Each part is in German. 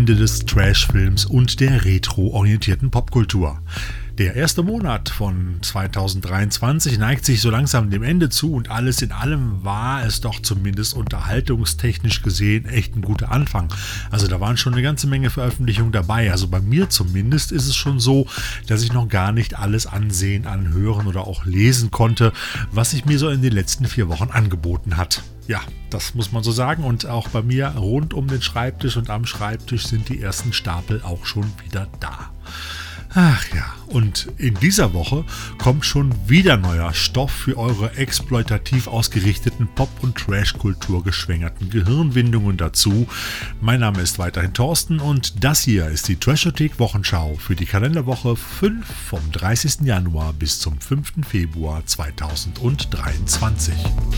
Freunde des Trashfilms und der retro-orientierten Popkultur. Der erste Monat von 2023 neigt sich so langsam dem Ende zu und alles in allem war es doch zumindest unterhaltungstechnisch gesehen echt ein guter Anfang. Also da waren schon eine ganze Menge Veröffentlichungen dabei. Also bei mir zumindest ist es schon so, dass ich noch gar nicht alles ansehen, anhören oder auch lesen konnte, was sich mir so in den letzten 4 Wochen angeboten hat. Ja, das muss man so sagen, und auch bei mir rund um den Schreibtisch und am Schreibtisch sind die ersten Stapel auch schon wieder da. Ach ja, und in dieser Woche kommt schon wieder neuer Stoff für eure exploitativ ausgerichteten Pop- und Trash-Kultur geschwängerten Gehirnwindungen dazu. Mein Name ist weiterhin Thorsten und das hier ist die Trashothek-Wochenschau für die Kalenderwoche 5 vom 30. Januar bis zum 5. Februar 2023.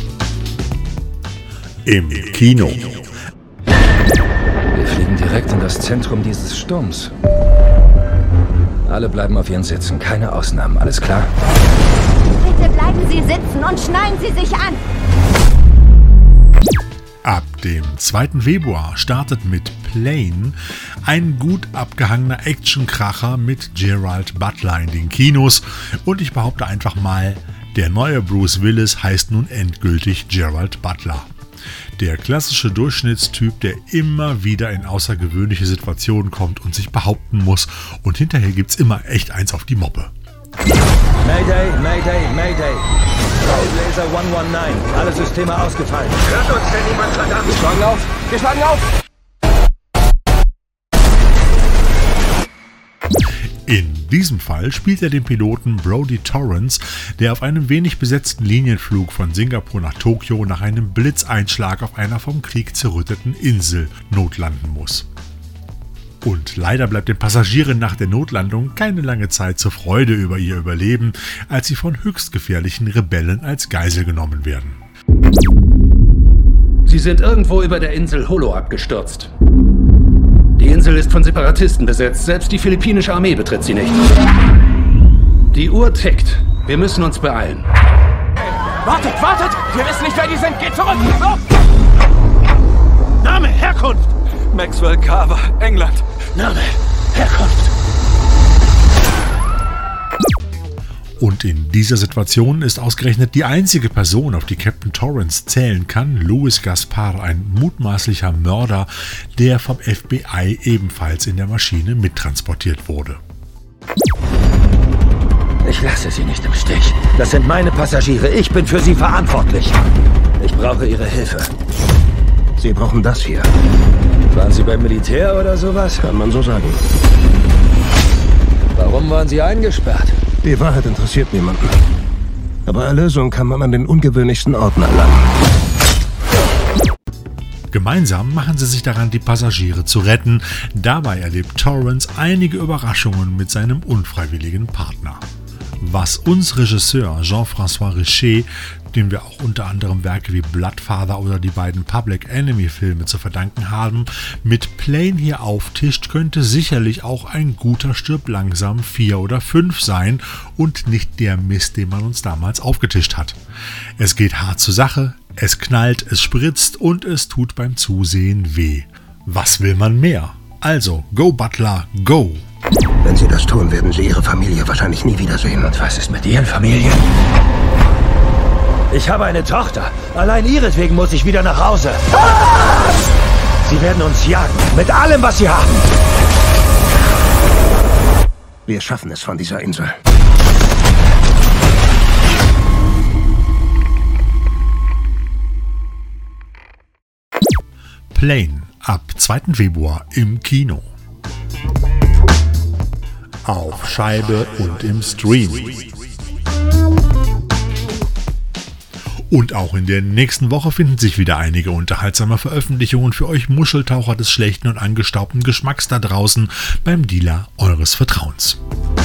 Im Kino. Wir fliegen direkt in das Zentrum dieses Sturms. Alle bleiben auf ihren Sitzen, keine Ausnahmen, alles klar? Bitte bleiben Sie sitzen und schnallen Sie sich an! Ab dem 2. Februar startet mit Plane ein gut abgehangener Actionkracher mit Gerald Butler in den Kinos und ich behaupte einfach mal, der neue Bruce Willis heißt nun endgültig Gerald Butler. Der klassische Durchschnittstyp, der immer wieder in außergewöhnliche Situationen kommt und sich behaupten muss und hinterher gibt's immer echt eins auf die Moppe. Mayday, Mayday, Mayday. Laser 119, alle Systeme ausgefallen. Hört uns denn niemand, verdammt? Wir schlagen auf, wir schlagen auf! In diesem Fall spielt er den Piloten Brody Torrance, der auf einem wenig besetzten Linienflug von Singapur nach Tokio nach einem Blitzeinschlag auf einer vom Krieg zerrütteten Insel notlanden muss. Und leider bleibt den Passagieren nach der Notlandung keine lange Zeit zur Freude über ihr Überleben, als sie von höchst gefährlichen Rebellen als Geisel genommen werden. Sie sind irgendwo über der Insel Holo abgestürzt. Die Insel ist von Separatisten besetzt, selbst die philippinische Armee betritt sie nicht. Die Uhr tickt. Wir müssen uns beeilen. Wartet, wartet! Wir wissen nicht, wer die sind! Geht zurück! Name, Herkunft! Maxwell Carver, England. Name, Herkunft! Und in dieser Situation ist ausgerechnet die einzige Person, auf die Captain Torrance zählen kann, Louis Gaspar, ein mutmaßlicher Mörder, der vom FBI ebenfalls in der Maschine mittransportiert wurde. Ich lasse Sie nicht im Stich. Das sind meine Passagiere, ich bin für sie verantwortlich. Ich brauche Ihre Hilfe. Sie brauchen das hier. Waren Sie beim Militär oder sowas? Kann man so sagen. Warum waren Sie eingesperrt? Die Wahrheit interessiert niemanden. Aber Erlösung kann man an den ungewöhnlichsten Orten erlangen. Gemeinsam machen sie sich daran, die Passagiere zu retten. Dabei erlebt Torrance einige Überraschungen mit seinem unfreiwilligen Partner. Was uns Regisseur Jean-François Richer, dem wir auch unter anderem Werke wie Bloodfather oder die beiden Public Enemy Filme zu verdanken haben, mit Plane hier auftischt, könnte sicherlich auch ein guter Stirb langsam 4 oder 5 sein und nicht der Mist, den man uns damals aufgetischt hat. Es geht hart zur Sache, es knallt, es spritzt und es tut beim Zusehen weh. Was will man mehr? Also, go Butler, go! Wenn Sie das tun, werden Sie Ihre Familie wahrscheinlich nie wiedersehen. Und was ist mit Ihren Familien? Ich habe eine Tochter. Allein ihretwegen muss ich wieder nach Hause. Sie werden uns jagen. Mit allem, was Sie haben. Wir schaffen es von dieser Insel. Plane ab 2. Februar im Kino. Auf Scheibe und im Stream. Und auch in der nächsten Woche finden sich wieder einige unterhaltsame Veröffentlichungen für euch Muscheltaucher des schlechten und angestaubten Geschmacks da draußen beim Dealer eures Vertrauens.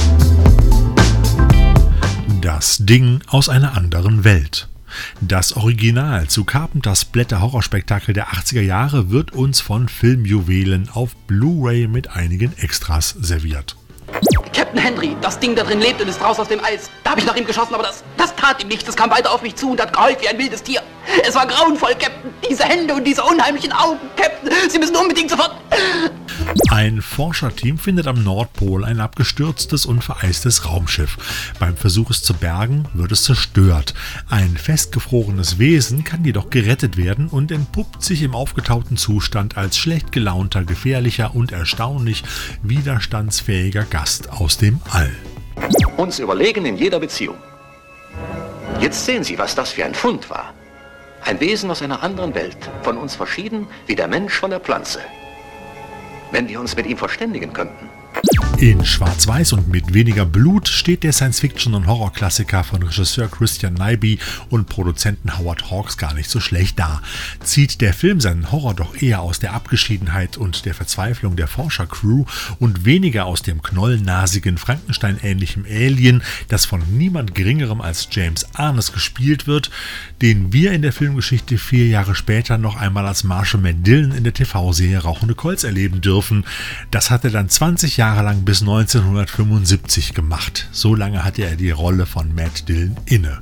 Das Ding aus einer anderen Welt. Das Original zu Carpenters Blätter-Horrorspektakel der 80er Jahre wird uns von Filmjuwelen auf Blu-ray mit einigen Extras serviert. Captain Henry, das Ding da drin lebt und ist raus aus dem Eis. Da habe ich nach ihm geschossen, aber das tat ihm nichts. Es kam weiter auf mich zu und hat geheult wie ein wildes Tier. Es war grauenvoll, Captain. Diese Hände und diese unheimlichen Augen, Captain. Sie müssen unbedingt sofort... Ein Forscherteam findet am Nordpol ein abgestürztes und vereistes Raumschiff. Beim Versuch, es zu bergen, wird es zerstört. Ein festgefrorenes Wesen kann jedoch gerettet werden und entpuppt sich im aufgetauten Zustand als schlecht gelaunter, gefährlicher und erstaunlich widerstandsfähiger Gast aus dem All. Uns überlegen in jeder Beziehung. Jetzt sehen Sie, was das für ein Fund war. Ein Wesen aus einer anderen Welt, von uns verschieden wie der Mensch von der Pflanze. Wenn wir uns mit ihm verständigen könnten. In Schwarz-Weiß und mit weniger Blut steht der Science-Fiction- und Horrorklassiker von Regisseur Christian Nyby und Produzenten Howard Hawks gar nicht so schlecht da. Zieht der Film seinen Horror doch eher aus der Abgeschiedenheit und der Verzweiflung der Forschercrew und weniger aus dem knollennasigen, Frankenstein-ähnlichen Alien, das von niemand Geringerem als James Arness gespielt wird, den wir in der Filmgeschichte 4 Jahre später noch einmal als Marshall Matt Dillon in der TV-Serie Rauchende Colts erleben dürfen. Das hat er dann 20 Jahre lang bis 1975 gemacht. So lange hatte er die Rolle von Matt Dillon inne.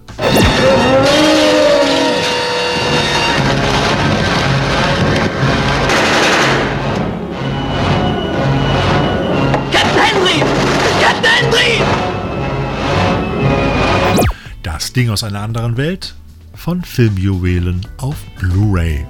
Captain Henry! Captain Henry! Das Ding aus einer anderen Welt von Filmjuwelen auf Blu-ray.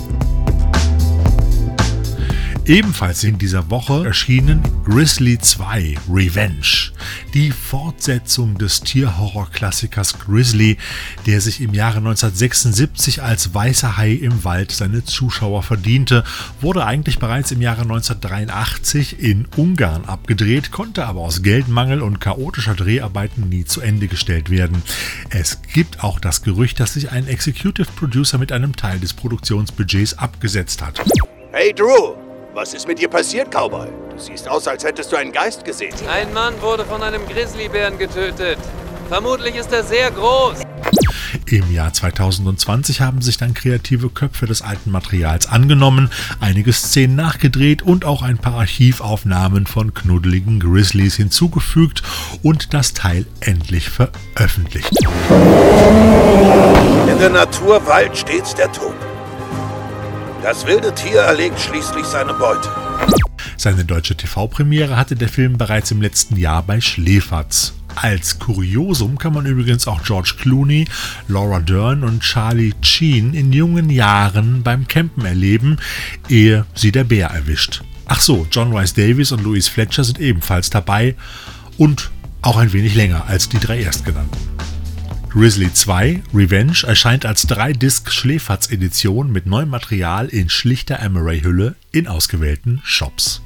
Ebenfalls in dieser Woche erschienen Grizzly 2 Revenge, die Fortsetzung des Tierhorror-Klassikers Grizzly, der sich im Jahre 1976 als weißer Hai im Wald seine Zuschauer verdiente, wurde eigentlich bereits im Jahre 1983 in Ungarn abgedreht, konnte aber aus Geldmangel und chaotischer Dreharbeiten nie zu Ende gestellt werden. Es gibt auch das Gerücht, dass sich ein Executive Producer mit einem Teil des Produktionsbudgets abgesetzt hat. Hey Drew! Was ist mit dir passiert, Cowboy? Du siehst aus, als hättest du einen Geist gesehen. Ein Mann wurde von einem Grizzlybären getötet. Vermutlich ist er sehr groß. Im Jahr 2020 haben sich dann kreative Köpfe des alten Materials angenommen, einige Szenen nachgedreht und auch ein paar Archivaufnahmen von knuddeligen Grizzlies hinzugefügt und das Teil endlich veröffentlicht. In der Natur weilt stets der Tod. Das wilde Tier erlegt schließlich seine Beute. Seine deutsche TV-Premiere hatte der Film bereits im letzten Jahr bei Schläferz. Als Kuriosum kann man übrigens auch George Clooney, Laura Dern und Charlie Sheen in jungen Jahren beim Campen erleben, ehe sie der Bär erwischt. Ach so, John Rhys Davies und Louise Fletcher sind ebenfalls dabei und auch ein wenig länger als die 3 erstgenannten. Grizzly 2 Revenge erscheint als 3-Disc-Schläferz-Edition mit neuem Material in schlichter Amaray-Hülle in ausgewählten Shops.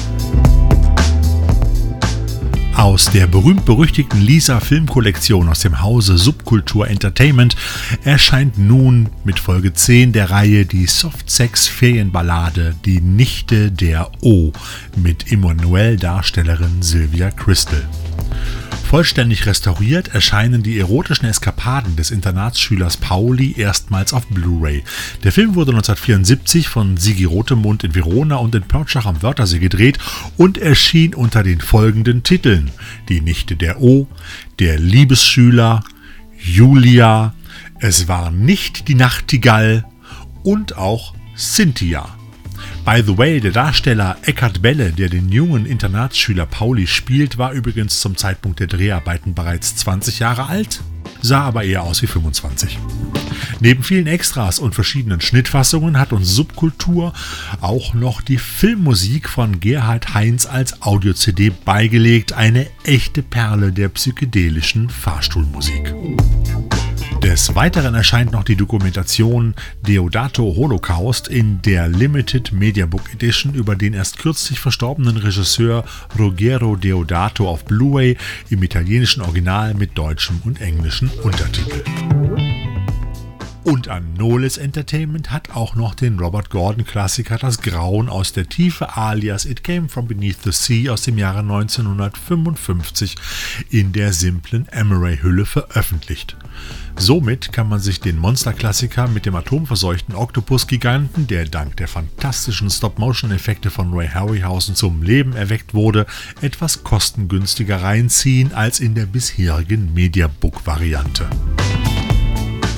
Aus der berühmt-berüchtigten Lisa-Filmkollektion aus dem Hause Subkultur Entertainment erscheint nun mit Folge 10 der Reihe die Softsex-Ferienballade Die Nichte der O mit Emmanuelle-Darstellerin Sylvia Crystal. Vollständig restauriert erscheinen die erotischen Eskapaden des Internatsschülers Pauli erstmals auf Blu-ray. Der Film wurde 1974 von Sigi Rothemund in Verona und in Pörtschach am Wörthersee gedreht und erschien unter den folgenden Titeln: Die Nichte der O, Der Liebesschüler, Julia, Es war nicht die Nachtigall und auch Cynthia. By the way, der Darsteller Eckhard Belle, der den jungen Internatsschüler Pauli spielt, war übrigens zum Zeitpunkt der Dreharbeiten bereits 20 Jahre alt, sah aber eher aus wie 25. Neben vielen Extras und verschiedenen Schnittfassungen hat uns Subkultur auch noch die Filmmusik von Gerhard Heinz als Audio-CD beigelegt, eine echte Perle der psychedelischen Fahrstuhlmusik. Des Weiteren erscheint noch die Dokumentation Deodato Holocaust in der Limited Media Book Edition über den erst kürzlich verstorbenen Regisseur Ruggero Deodato auf Blu-ray im italienischen Original mit deutschem und englischem Untertitel. Und Anolis Entertainment hat auch noch den Robert Gordon-Klassiker Das Grauen aus der Tiefe alias It Came From Beneath the Sea aus dem Jahre 1955 in der simplen Amaray-Hülle veröffentlicht. Somit kann man sich den Monsterklassiker mit dem atomverseuchten Oktopus-Giganten, der dank der fantastischen Stop-Motion-Effekte von Ray Harryhausen zum Leben erweckt wurde, etwas kostengünstiger reinziehen als in der bisherigen Mediabook-Variante.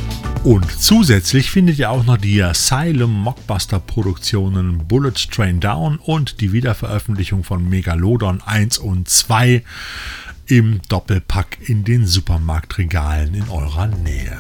Und zusätzlich findet ihr auch noch die Asylum Mockbuster-Produktionen Bullet Train Down und die Wiederveröffentlichung von Megalodon 1 und 2 im Doppelpack in den Supermarktregalen in eurer Nähe.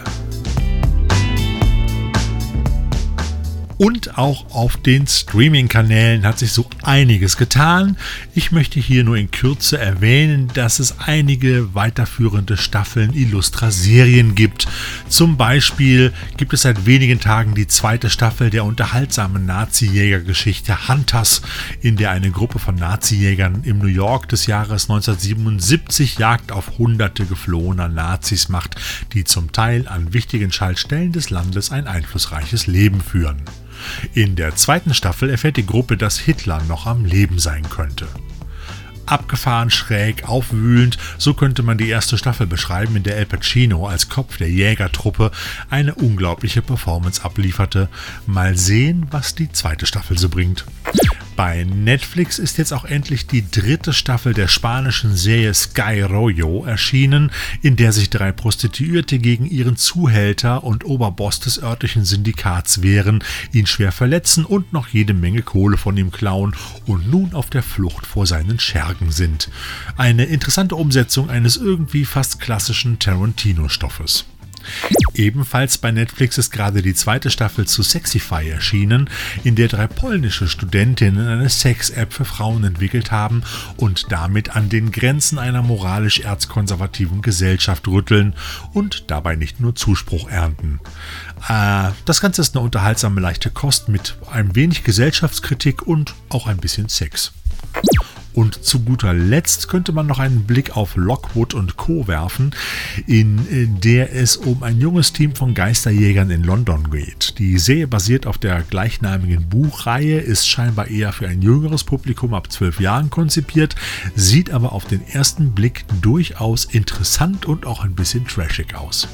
Und auch auf den Streaming-Kanälen hat sich so einiges getan. Ich möchte hier nur in Kürze erwähnen, dass es einige weiterführende Staffeln illustrer Serien gibt. Zum Beispiel gibt es seit wenigen Tagen die zweite Staffel der unterhaltsamen Nazi-Jäger-Geschichte Hunters, in der eine Gruppe von Nazi-Jägern im New York des Jahres 1977 Jagd auf hunderte geflohener Nazis macht, die zum Teil an wichtigen Schaltstellen des Landes ein einflussreiches Leben führen. In der zweiten Staffel erfährt die Gruppe, dass Hitler noch am Leben sein könnte. Abgefahren, schräg, aufwühlend, so könnte man die erste Staffel beschreiben, in der Al Pacino als Kopf der Jägertruppe eine unglaubliche Performance ablieferte. Mal sehen, was die zweite Staffel so bringt. Bei Netflix ist jetzt auch endlich die dritte Staffel der spanischen Serie Sky Rollo erschienen, in der sich 3 Prostituierte gegen ihren Zuhälter und Oberboss des örtlichen Syndikats wehren, ihn schwer verletzen und noch jede Menge Kohle von ihm klauen und nun auf der Flucht vor seinen Schergen sind. Eine interessante Umsetzung eines irgendwie fast klassischen Tarantino-Stoffes. Ebenfalls bei Netflix ist gerade die zweite Staffel zu Sexify erschienen, in der 3 polnische Studentinnen eine Sex-App für Frauen entwickelt haben und damit an den Grenzen einer moralisch erzkonservativen Gesellschaft rütteln und dabei nicht nur Zuspruch ernten. Das Ganze ist eine unterhaltsame, leichte Kost mit ein wenig Gesellschaftskritik und auch ein bisschen Sex. Und zu guter Letzt könnte man noch einen Blick auf Lockwood & Co. werfen, in der es um ein junges Team von Geisterjägern in London geht. Die Serie basiert auf der gleichnamigen Buchreihe, ist scheinbar eher für ein jüngeres Publikum ab 12 Jahren konzipiert, sieht aber auf den ersten Blick durchaus interessant und auch ein bisschen trashig aus.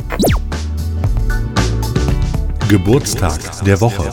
Geburtstag der Woche.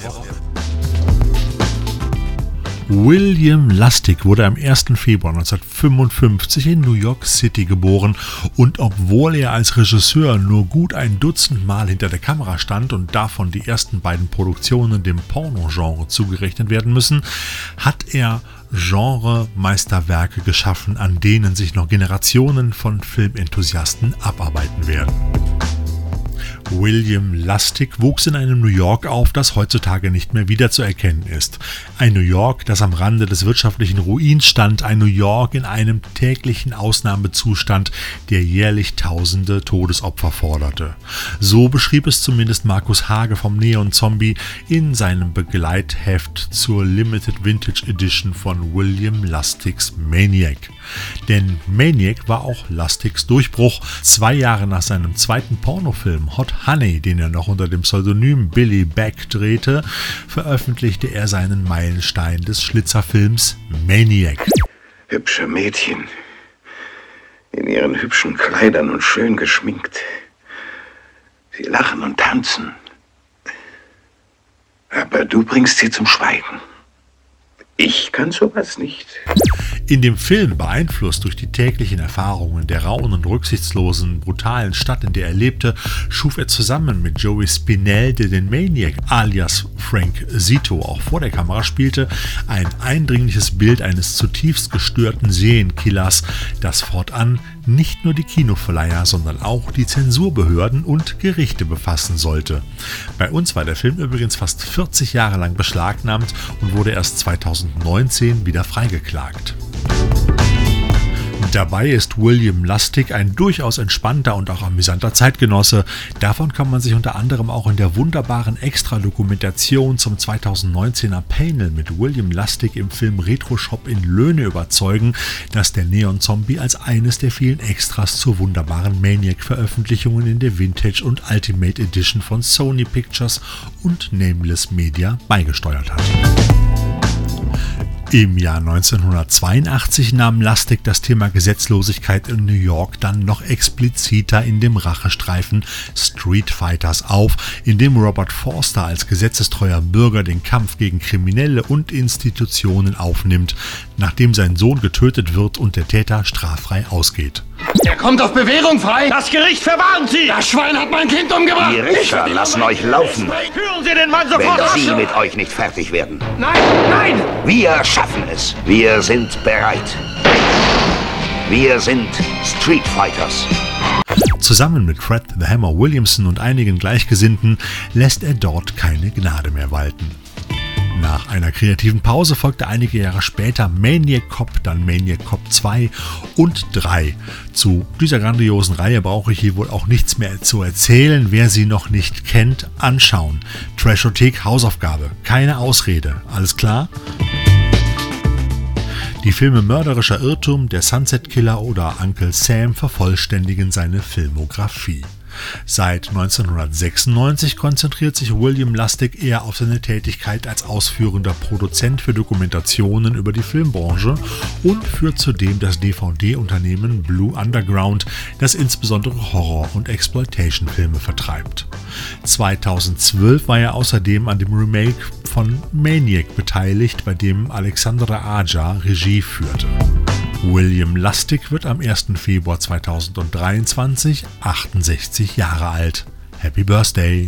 William Lustig wurde am 1. Februar 1955 in New York City geboren und obwohl er als Regisseur nur gut ein Dutzend Mal hinter der Kamera stand und davon die ersten beiden Produktionen dem Porno-Genre zugerechnet werden müssen, hat er Genre-Meisterwerke geschaffen, an denen sich noch Generationen von Filmenthusiasten abarbeiten werden. William Lustig wuchs in einem New York auf, das heutzutage nicht mehr wiederzuerkennen ist. Ein New York, das am Rande des wirtschaftlichen Ruins stand, ein New York in einem täglichen Ausnahmezustand, der jährlich tausende Todesopfer forderte. So beschrieb es zumindest Markus Hage vom Neon Zombie in seinem Begleitheft zur Limited Vintage Edition von William Lustigs Maniac. Denn Maniac war auch Lustigs Durchbruch. 2 Jahre nach seinem zweiten Pornofilm Hot Honey, den er noch unter dem Pseudonym Billy Beck drehte, veröffentlichte er seinen Meilenstein des Schlitzerfilms Maniac. Hübsche Mädchen, in ihren hübschen Kleidern und schön geschminkt. Sie lachen und tanzen. Aber du bringst sie zum Schweigen. Ich kann sowas nicht. In dem Film, beeinflusst durch die täglichen Erfahrungen der rauen und rücksichtslosen, brutalen Stadt, in der er lebte, schuf er zusammen mit Joey Spinell, der den Maniac alias Frank Zito auch vor der Kamera spielte, ein eindringliches Bild eines zutiefst gestörten Serienkillers, das fortan nicht nur die Kinoverleiher, sondern auch die Zensurbehörden und Gerichte befassen sollte. Bei uns war der Film übrigens fast 40 Jahre lang beschlagnahmt und wurde erst 2019 wieder freigeklagt. Dabei ist William Lustig ein durchaus entspannter und auch amüsanter Zeitgenosse. Davon kann man sich unter anderem auch in der wunderbaren Extra-Dokumentation zum 2019er Panel mit William Lustig im Film Retro Shop in Löhne überzeugen, das der Neon Zombie als eines der vielen Extras zur wunderbaren Maniac-Veröffentlichungen in der Vintage und Ultimate Edition von Sony Pictures und Nameless Media beigesteuert hat. Im Jahr 1982 nahm Lustig das Thema Gesetzlosigkeit in New York dann noch expliziter in dem Rachestreifen Street Fighters auf, in dem Robert Forster als gesetzestreuer Bürger den Kampf gegen Kriminelle und Institutionen aufnimmt, nachdem sein Sohn getötet wird und der Täter straffrei ausgeht. Er kommt auf Bewährung frei. Das Gericht verwarnt Sie! Das Schwein hat mein Kind umgebracht. Die Richter lassen euch laufen, Führen Sie den Mann sofort wenn sie raus! mit euch nicht fertig werden. Nein, nein! Wir schaffen es. Wir sind bereit. Wir sind Street Fighters. Zusammen mit Fred the Hammer Williamson und einigen Gleichgesinnten lässt er dort keine Gnade mehr walten. Nach einer kreativen Pause folgte einige Jahre später Maniac Cop, dann Maniac Cop 2 und 3. Zu dieser grandiosen Reihe brauche ich hier wohl auch nichts mehr zu erzählen. Wer sie noch nicht kennt, anschauen. Trashothek Hausaufgabe, keine Ausrede. Alles klar? Die Filme Mörderischer Irrtum, Der Sunset Killer oder Uncle Sam vervollständigen seine Filmografie. Seit 1996 konzentriert sich William Lustig eher auf seine Tätigkeit als ausführender Produzent für Dokumentationen über die Filmbranche und führt zudem das DVD-Unternehmen Blue Underground, das insbesondere Horror- und Exploitation-Filme vertreibt. 2012 war er außerdem an dem Remake von Maniac beteiligt, bei dem Alexandre Aja Regie führte. William Lustig wird am 1. Februar 2023 68 Jahre alt. Happy Birthday!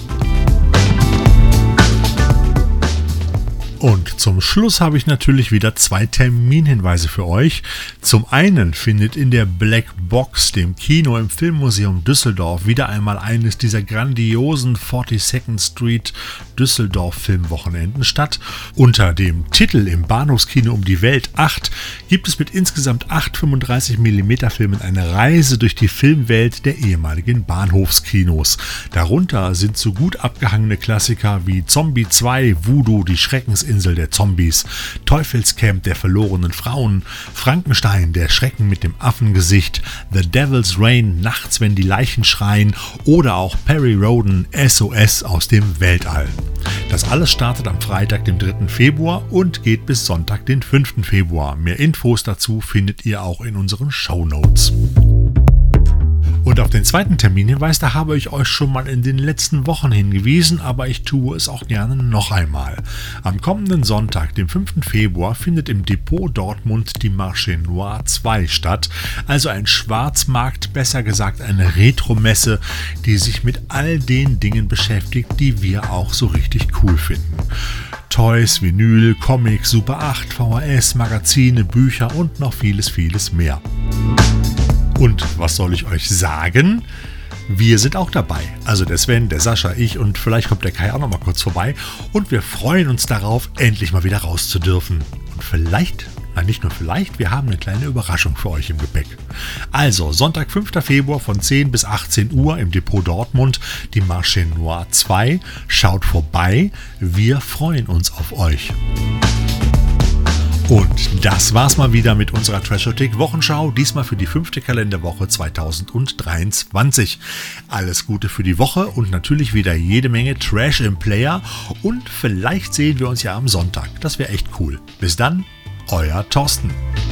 Und zum Schluss habe ich natürlich wieder 2 Terminhinweise für euch. Zum einen findet in der Black Box, dem Kino im Filmmuseum Düsseldorf, wieder einmal eines dieser grandiosen 42nd Street Düsseldorf Filmwochenenden statt. Unter dem Titel Im Bahnhofskino um die Welt 8 gibt es mit insgesamt 8 35mm Filmen eine Reise durch die Filmwelt der ehemaligen Bahnhofskinos. Darunter sind so gut abgehangene Klassiker wie Zombie 2, Voodoo, die Schreckensinsel der Zombies, Teufelscamp der verlorenen Frauen, Frankenstein, der Schrecken mit dem Affengesicht, The Devil's Rain, Nachts, wenn die Leichen schreien oder auch Perry Rhodan, SOS aus dem Weltall. Das alles startet am Freitag, dem 3. Februar und geht bis Sonntag, den 5. Februar. Mehr Infos dazu findet ihr auch in unseren Shownotes. Und auf den zweiten Terminhinweis, da habe ich euch schon mal in den letzten Wochen hingewiesen, aber ich tue es auch gerne noch einmal. Am kommenden Sonntag, dem 5. Februar, findet im Depot Dortmund die Marché Noir 2 statt, also ein Schwarzmarkt, besser gesagt eine Retromesse, die sich mit all den Dingen beschäftigt, die wir auch so richtig cool finden. Toys, Vinyl, Comics, Super 8, VHS, Magazine, Bücher und noch vieles, vieles mehr. Und was soll ich euch sagen? Wir sind auch dabei. Also der Sven, der Sascha, ich und vielleicht kommt der Kai auch noch mal kurz vorbei. Und wir freuen uns darauf, endlich mal wieder raus zu dürfen. Und vielleicht, nein, nicht nur vielleicht, wir haben eine kleine Überraschung für euch im Gepäck. Also Sonntag, 5. Februar von 10 bis 18 Uhr im Depot Dortmund, die Marché Noir 2. Schaut vorbei, wir freuen uns auf euch. Und das war's mal wieder mit unserer Trashothek Wochenschau, diesmal für die 5. Kalenderwoche 2023. Alles Gute für die Woche und natürlich wieder jede Menge Trash im Player und vielleicht sehen wir uns ja am Sonntag. Das wäre echt cool. Bis dann, euer Thorsten.